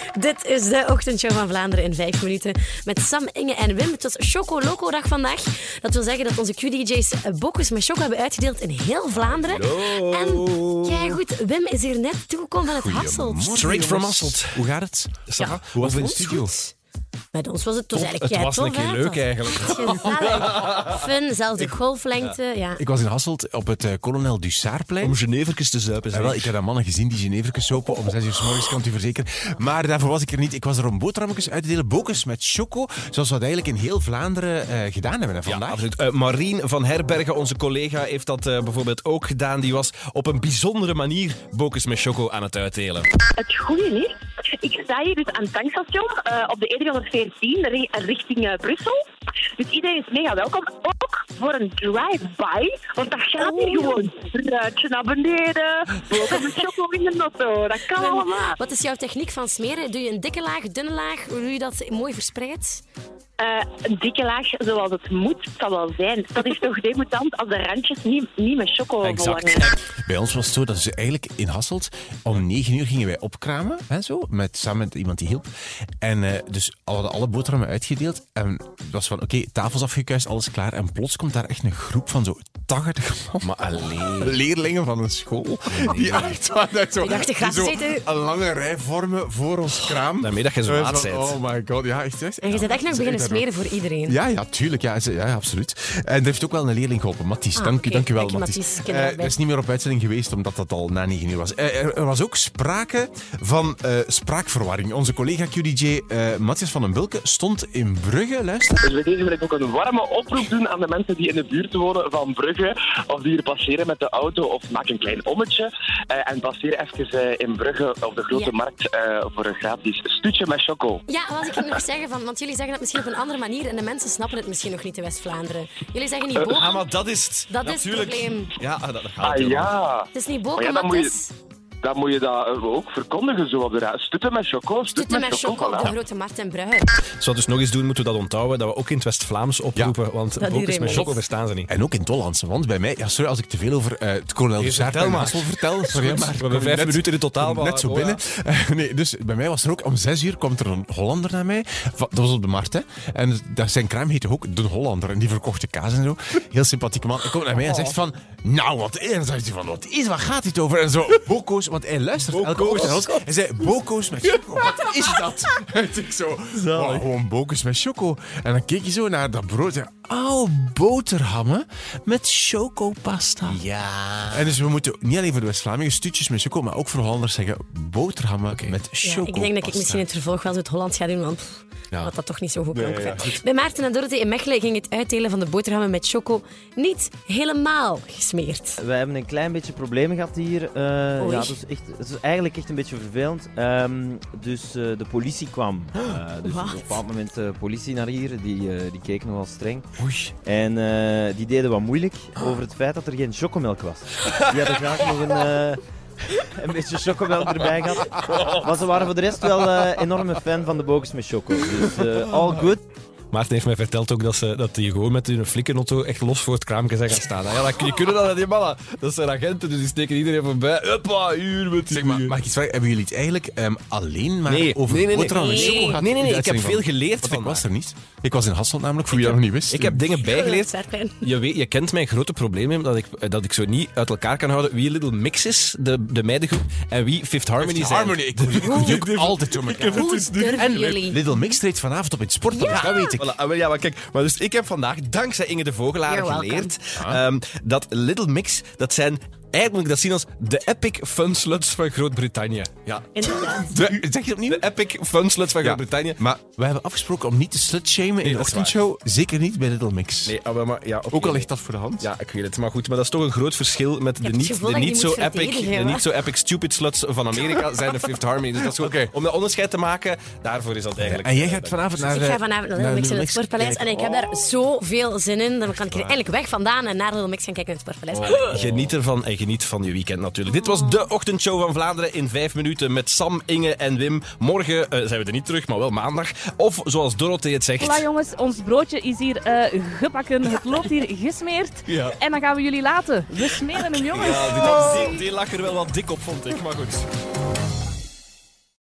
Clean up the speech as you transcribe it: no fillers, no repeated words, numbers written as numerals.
Dit is de ochtendshow van Vlaanderen in 5 minuten. Met Sam, Inge en Wim. Het was Choco Loco dag vandaag. Dat wil zeggen dat onze Q-DJ's bokjes met choco hebben uitgedeeld in heel Vlaanderen. Hallo. En kijk goed, Wim is hier net toegekomen van het Hasselt. Straight from Hasselt. Hoe gaat het? Ja, Hoe was het in de ons studio? goed. Met ons was het dus eigenlijk Het was een keer leuk eigenlijk. Gezellig. Fun, zelfs de golflengte. Ja. Ik was in Hasselt op het Kolonel Dussardplein. Om Genevertjes te zuipen. En wel, ik heb dat mannen gezien die Genevertjes sopen om 6 uur 's morgens, kan u verzekeren. Maar daarvoor was ik er niet. Ik was er om boterhammetjes uit te delen, bokjes met choco, zoals we dat eigenlijk in heel Vlaanderen gedaan hebben vandaag. Ja, absoluut. Marien van Herbergen, onze collega, heeft dat bijvoorbeeld ook gedaan. Die was op een bijzondere manier bokjes met choco aan het uitdelen. Het goede is, ik sta hier dus aan het tankstation op de E314 richting Brussel. Dus iedereen is mega welkom. Ook voor een drive-by, want dat gaat hier gewoon. Ruitje naar beneden, boven met choco in de auto. Dat kan allemaal. Wat is jouw techniek van smeren? Doe je een dikke laag, dunne laag? Hoe doe je dat mooi verspreid? Een dikke laag zoals het moet, kan wel zijn. Dat is toch degoutant als de randjes niet met choco Exact. volgen. Bij ons was het zo dat ze eigenlijk in Hasselt om 9 uur gingen wij opkramen, hè, zo, samen met iemand die hielp. En dus hadden alle boterhammen uitgedeeld. En het was van, oké, tafels afgekuist, alles klaar. En plots komt daar echt een groep van zo 80 Maar alleen. leerlingen van een school. Die echt zo, Die dachten, ga zo zitten. een lange rij vormen voor ons kraam. Daarmee dat je zo En laat van, bent. Oh my god, ja, echt. En je bent echt nog beginnen smeren voor iedereen. Ja, tuurlijk. Ja, absoluut. En er heeft ook wel een leerling geholpen. Mathies, dank u wel, Dank je, Mathies. Mathies. Ken je daarbij. Dat is niet meer op uitzending geweest, omdat dat al na 9 uur was. Er was ook sprake van spraakverwarring. Onze collega QDJ Matthias van den Bulke stond in Brugge, luister. Dus bij deze wil ik ook een warme oproep doen aan de mensen die in de buurt wonen van Brugge, of die hier passeren met de auto, of maak een klein ommetje en passeer even in Brugge op de Grote Ja. Markt voor een gratis stuutje met choco. Ja, wat ik nog zeggen, want jullie zeggen het misschien op een andere manier en de mensen snappen het misschien nog niet in West-Vlaanderen. Jullie zeggen niet boken, Maar dat is het. dat is het Natuurlijk. probleem. Ja, dat gaat Ah helemaal. ja, Het is niet Maar boken, ja, maar dan het moet is dan moet je dat ook verkondigen zo op de raad. Stutten met choco, stutten met choco op de voilà. Grote Markt in Brugge. Als we dus nog eens doen, moeten we dat onthouden. Dat we ook in het West-Vlaams oproepen. Want bokjes iedereen met weet. choco verstaan ze niet. En ook in het Hollands. Want bij mij, ja, sorry als ik te veel over het Kolonel Dussardplein in maar. Hasselt vertel. Sorry, maar We hebben 5 minuten in totaal. net zo maar- binnen. Nee, dus bij mij was er ook om 6 uur komt er een Hollander naar mij. Dat was op de markt, hè. En zijn kraam heette ook De Hollander. En die verkochte kaas en zo. Heel sympathieke man. Hij komt naar mij en zegt van... Nou, wat is? En dan zegt hij van, wat gaat dit over? En zo, boko's, want hij luistert elke ochtend naar ons. Hij zei, boko's met choco, wat is dat? En ik zo, wow, gewoon boko's met choco. En dan keek je zo naar dat brood en oh, boterhammen met chocopasta. Ja. En dus we moeten niet alleen voor de West-Vlamingen stuutjes met choco, maar ook voor Hollanders zeggen boterhammen met Ja, chocopasta. ik denk dat ik misschien in het vervolg wel zo het Hollands ga doen, want wat dat toch niet zo goed klonk. ja, Bij Maarten en Dorothee in Mechelen ging het uitdelen van de boterhammen met choco niet helemaal gesmeerd. We hebben een klein beetje problemen gehad hier. Oei. Ja, het is eigenlijk echt een beetje vervelend. Dus de politie kwam. Dus Wat? op een bepaald moment de politie naar hier. Die keken nogal streng. Oei. En die deden wat moeilijk over het feit dat er geen chocomelk was. Die hadden graag nog een beetje chocomelk erbij gehad. Maar ze waren voor de rest wel enorme fan van de bokjes met choco. Dus all good. Maarten heeft mij verteld ook dat die gewoon met hun flikkenauto echt los voor het kraampje zijn gaan staan. Ja, die kunnen dat niet, mannen. Dat zijn agenten, dus die steken iedereen voorbij. Huppa, hier met die... Zeg maar, mag ik iets vragen? Hebben jullie het eigenlijk alleen maar Nee, over nee. boterhammen met Nee. choco gehad? Nee, in de ik heb uitzending veel van? geleerd Want ik vandaag. was er niet. Ik was in Hasselt namelijk, voor wie dat nog niet wist. Ik heb dingen bijgeleerd. West-Vlaanderen. Je kent mijn grote probleem, dat ik zo niet uit elkaar kan houden wie Little Mix is, de meidengroep, en wie Fifth Harmony zijn. Harmony, ik doe die ook altijd door elkaar. Hoe durven jullie? Little Mix treedt vanavond op in het Sportpaleis, dat weet ik. Voilà, ja, maar kijk, maar dus ik heb vandaag, dankzij Inge de Vogelaar, You're welcome. geleerd dat Little Mix, dat zijn... Eigenlijk moet ik dat zien als de epic fun sluts van Groot-Brittannië. Ja. Inderdaad. Zeg je het opnieuw? De epic fun sluts van Ja, Groot-Brittannië. maar we hebben afgesproken om niet te slutshamen in de dat is ochtendshow. Zeker niet bij Little Mix. Nee, maar ja, oké. Ook al ligt dat voor de hand. Ja, ik weet het. Maar goed, maar dat is toch een groot verschil met de heb het niet, gevoel de dat je niet, die zo moet epic, verdedigen, de hè? niet zo epic stupid sluts van Amerika zijn de Fifth Harmony. Dus dat is gewoon, Oké. om dat onderscheid te maken, daarvoor is dat eigenlijk... En jij gaat vanavond naar... Ik ga vanavond naar Little Mix in het Sportpaleis en ik heb daar zoveel zin in. Dan kan ik er eindelijk weg vandaan en naar Little Mix gaan kijken in het Sportpaleis. Geniet ervan en geniet van je weekend natuurlijk. Dit was de ochtendshow van Vlaanderen in 5 minuten met Sam, Inge en Wim. Morgen zijn we er niet terug, maar wel maandag. Of zoals Dorothee het zegt... Voilà jongens, ons broodje is hier gebakken. Het loopt hier gesmeerd. Ja. En dan gaan we jullie laten. We smeren hem jongens. Ja, die lag er wel wat dik op, vond ik. Maar goed.